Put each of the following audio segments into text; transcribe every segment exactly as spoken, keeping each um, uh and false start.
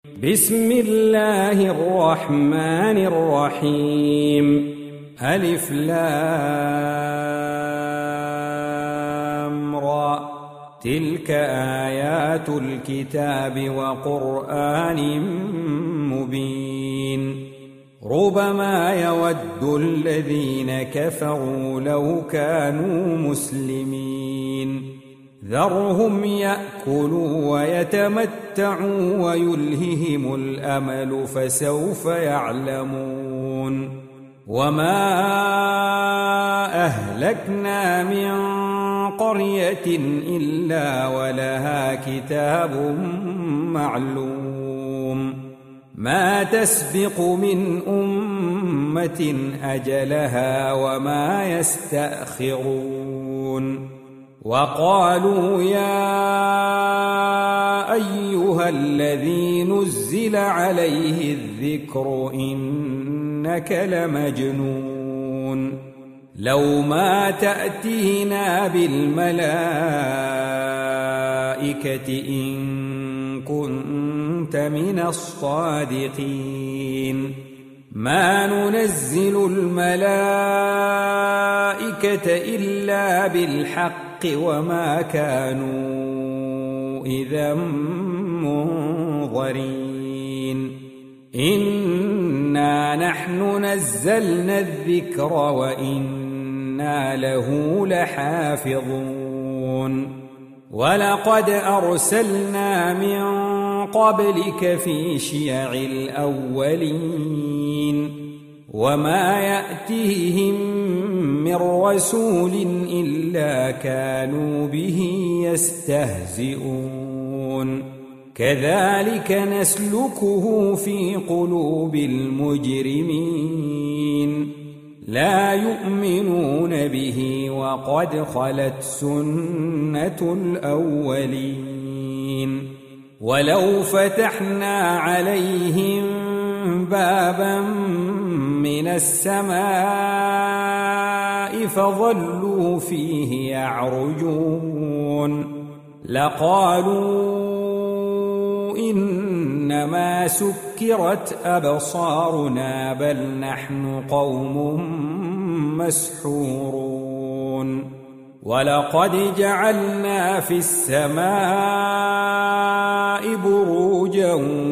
بسم الله الرحمن الرحيم. ألف لام را. تلك آيات الكتاب وقرآن مبين. ربما يود الذين كفروا لو كانوا مسلمين. ذرهم يأكلوا ويتمتعوا ويلههم الأمل فسوف يعلمون. وما أهلكنا من قرية إلا ولها كتاب معلوم. ما تسبق من أمة أجلها وما يستأخرون. وقالوا يا أيها الذي نزل عليه الذكر إنك لمجنون. لو ما تأتينا بالملائكة إن كنت من الصادقين. ما ننزل الملائكة إلا بالحق وما كانوا إذا منظرين. إنا نحن نزلنا الذكر وإنا له لحافظون. ولقد أرسلنا من قبلك في شيع الأولين. وما يأتيهم من رسول إلا كانوا به يستهزئون. كذلك نسلكه في قلوب المجرمين. لا يؤمنون به وقد خلت سنة الأولين. ولو فتحنا عليهم بابا من السماء فظلوا فيه يعرجون لقالوا إنما سكرت أبصارنا بل نحن قوم مسحورون. ولقد جعلنا في السماء بروجا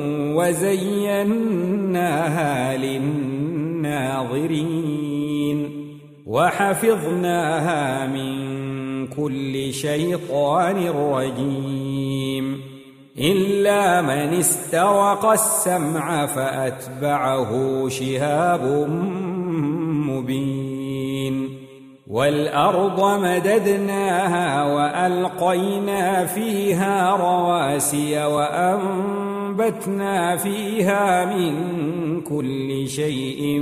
وزيناها للناظرين وحفظناها من كل شيطان رجيم إلا من استرق السمع فأتبعه شهاب مبين. والأرض مددناها وألقينا فيها رواسي وأنبتنا فيها من كل شيء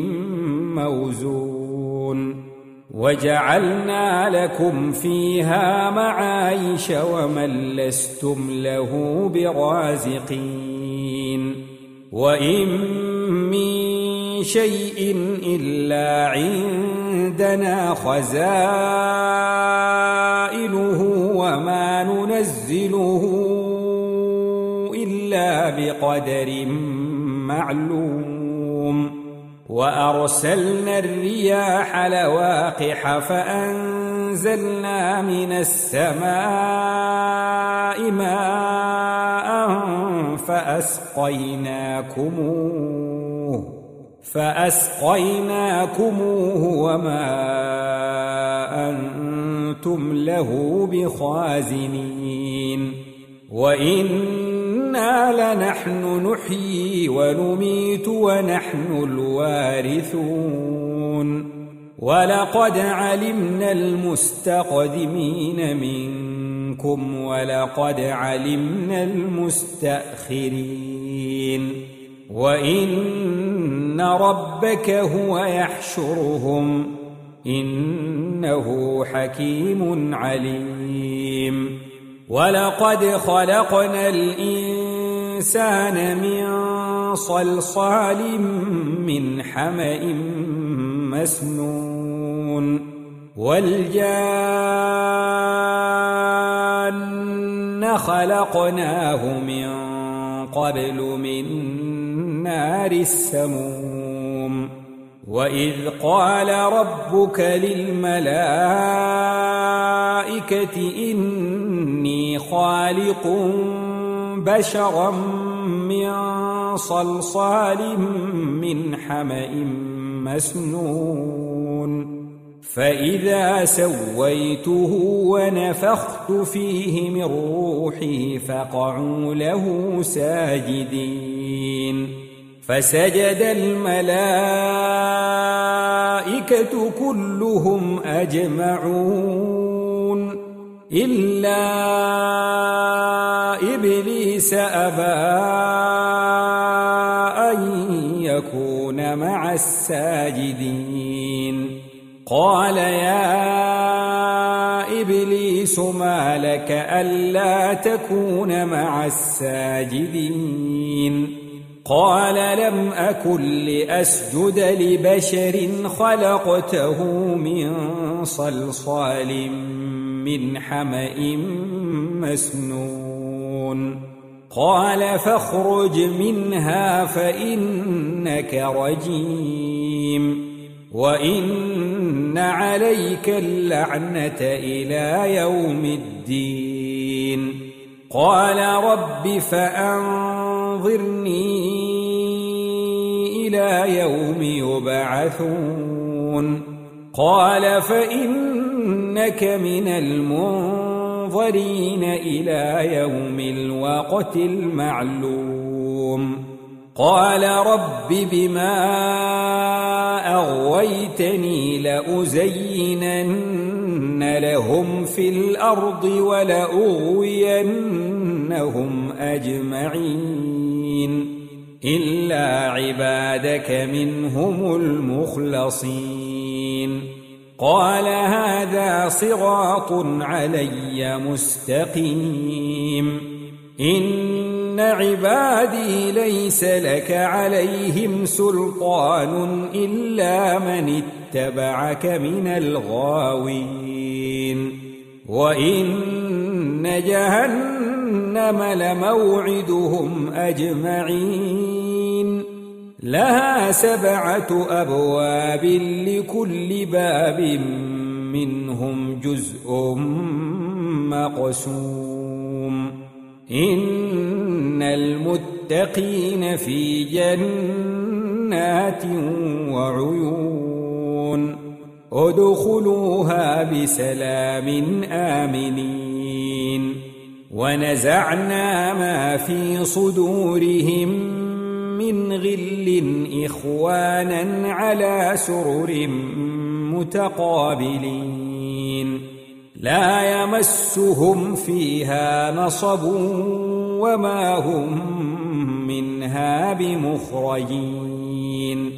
موزون. وجعلنا لكم فيها معايش ومن لستم له برازقين. وإن من شيء إلا عندنا خزائنه وما ننزله إلا بقدر معلوم. وأرسلنا الرياح لواقح فأنزلنا من السماء ماء فأسقيناكموه فأسقيناكموه وما أنتم له بخازنين. وإنا لنحن نحيي ونميت ونحن الوارثون. ولقد علمنا المستقدمين منكم ولقد علمنا المستأخرين. وإن ربك هو يحشرهم إنه حكيم عليم. ولقد خلقنا الإنسان من صلصال من حمأ مسنون. والجان خلقناه من قبل من نار السموم وإذ قال ربك للملائكة إني خالق بشرا من صلصال من حمأ مسنون فإذا سويته ونفخت فيه من روحي فقعوا له ساجدين فسجد الملائكة كلهم أجمعون إلا إبليس أبى أن يكون مع الساجدين قال يا إبليس ما لك ألا تكون مع الساجدين قال لم أكن لأسجد لبشر خلقته من صلصال من حمأ مسنون قال فاخرج منها فإنك رجيم وإن عليك اللعنة إلى يوم الدين قال رب فأنظرني إلى يوم يبعثون قال فإنك من المنظرين إلى يوم الوقت المعلوم قال رب بما أغويتني لأزينن لهم في الأرض ولأغوينهم أجمعين إلا عبادك منهم المخلصين قال هذا صراط علي مستقيم إن عبادي ليس لك عليهم سلطان إلا من اتبعك من الغاوين وإن جهنم لموعدهم أجمعين لها سبعة أبواب لكل باب منهم جزء مقسوم إن المتقين في جنات وعيون ادخلوها بسلام آمنين ونزعنا ما في صدورهم من غل إخوانا على سرر متقابلين لا يمسهم فيها نصب وما هم منها بمخرجين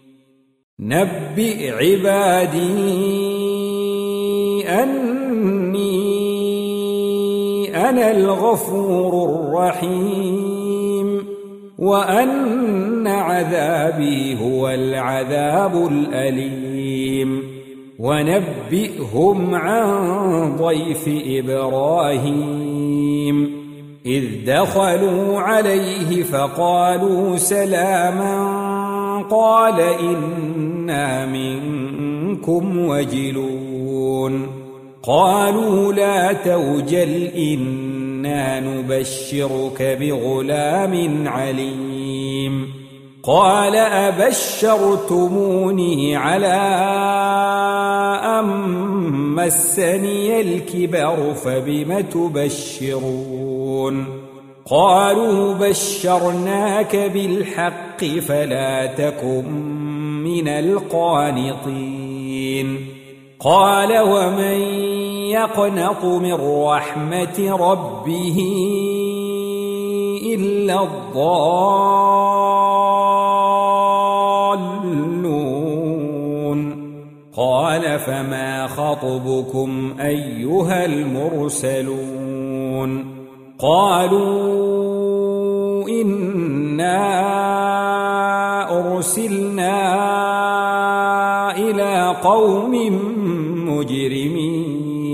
نبئ عبادي أني أنا الغفور الرحيم وأن عذابي هو العذاب الأليم ونبئهم عن ضيف إبراهيم إذ دخلوا عليه فقالوا سلاما قال إنا منكم وجلون قالوا لا توجل إنا نبشرك بغلام عليم قال أبشرتموني على أن مسني الكبر فبم تبشرون قالوا بشرناك بالحق فلا تكن من القانطين قال ومن يقنط من رحمة ربه إلا الضالون قال فما خطبكم أيها المرسلون قالوا إنا أرسلنا إلى قوم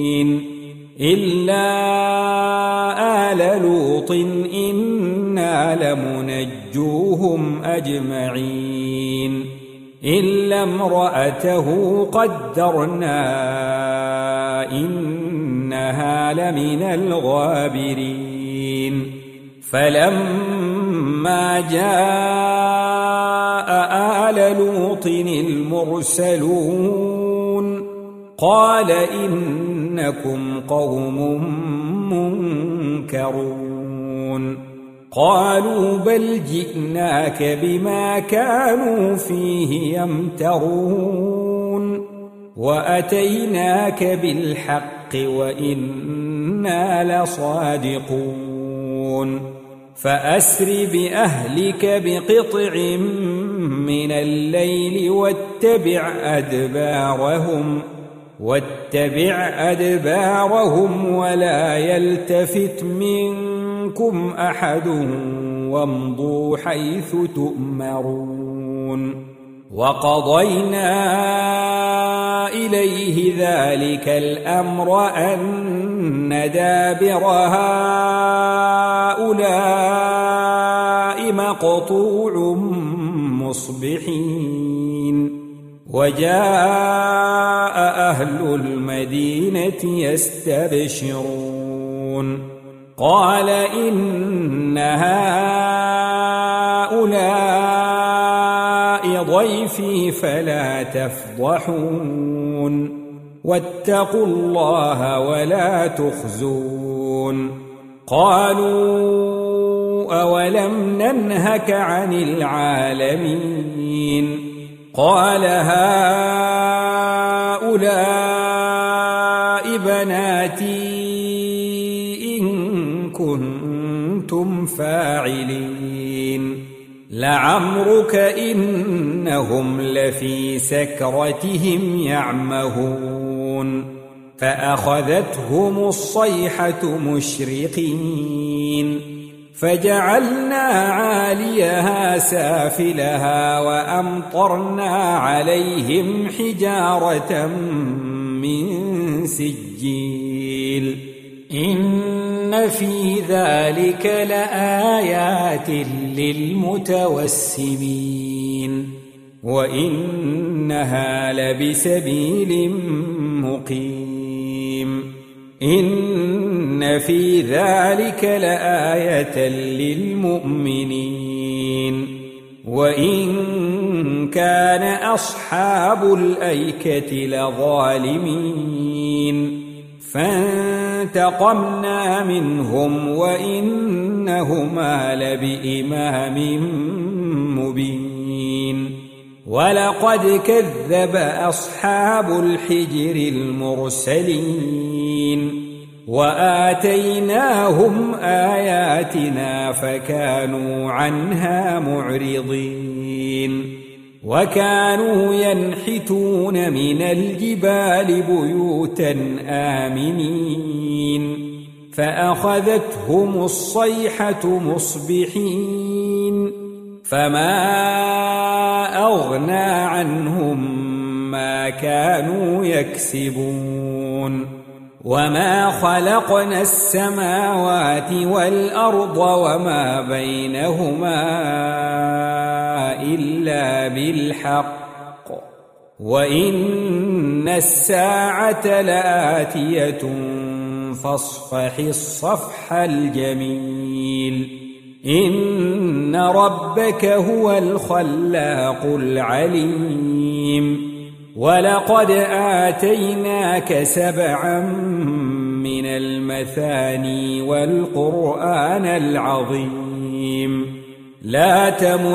مجرمين إلا آل لوط إنا لمنجوهم أجمعين إلا امرأته قدرنا إنها لمن الغابرين فلما جاء آل لوط المرسلون قال إنكم قوم منكرون قالوا بل جئناك بما كانوا فيه يمترون وأتيناك بالحق وإنا لصادقون فأسر بأهلك بقطع من الليل واتبع أدبارهم واتبع أدبارهم ولا يلتفت منكم أحد وامضوا حيث تؤمرون وقضينا إليه ذلك الأمر أن دابر هؤلاء مقطوع مصبحين وجاء أهل المدينة يستبشرون قال إن هؤلاء ضيفي فلا تفضحون واتقوا الله ولا تخزون قالوا أولم ننهك عن العالمين قال هؤلاء بناتي إن كنتم فاعلين لعمرك إنهم لفي سكرتهم يعمهون فأخذتهم الصيحة مشرقين فجعلنا عاليها سافلها وأمطرنا عليهم حجارة من سجيل إن في ذلك لآيات للمتوسمين وإنها لبسبيل مقيم إن في ذلك لآية للمؤمنين وإن كان أصحاب الأيكة لظالمين فانتقمنا منهم وإنهما لبإمام مبين ولقد كذب أصحاب الحجر المرسلين وآتيناهم آياتنا فكانوا عنها معرضين وكانوا ينحتون من الجبال بيوتا آمنين فأخذتهم الصيحة مصبحين فما أغنى عنهم ما كانوا يكسبون وما خلقنا السماوات والأرض وما بينهما إلا بالحق وإن الساعة لآتية فاصفح الصفح الجميل إن ربك هو الخلاق العليم ولقد آتيناك سبعا من المثاني والقرآن العظيم لا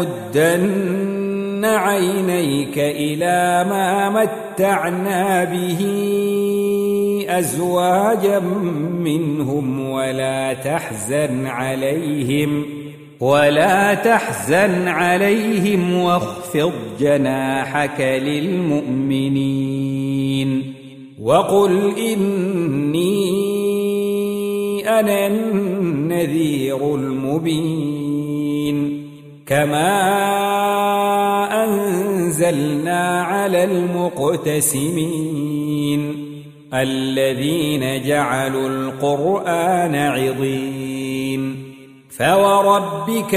تمدن عينيك إلى ما متعنا به أزواجا منهم ولا تحزن عليهم ولا تحزن عليهم واخفض جناحك للمؤمنين وقل إني أنا النذير المبين كما أنزلنا على المقتسمين الذين جعلوا القرآن عضين فوربك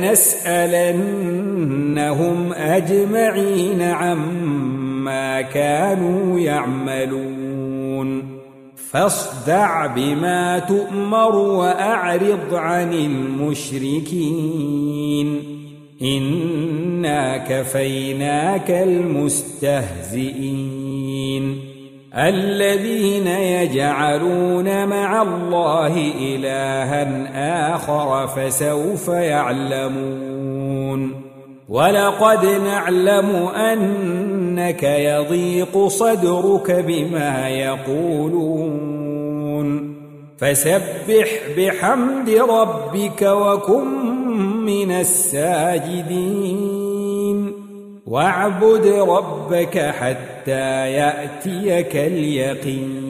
لنسألنهم أجمعين عما كانوا يعملون فاصدع بما تؤمر وأعرض عن المشركين إنا كفيناك المستهزئين الذين يجعلون مع الله إلها آخر فسوف يعلمون ولقد نعلم أنك يضيق صدرك بما يقولون فسبح بحمد ربك وكن من الساجدين واعبد ربك حتى يأتيك اليقين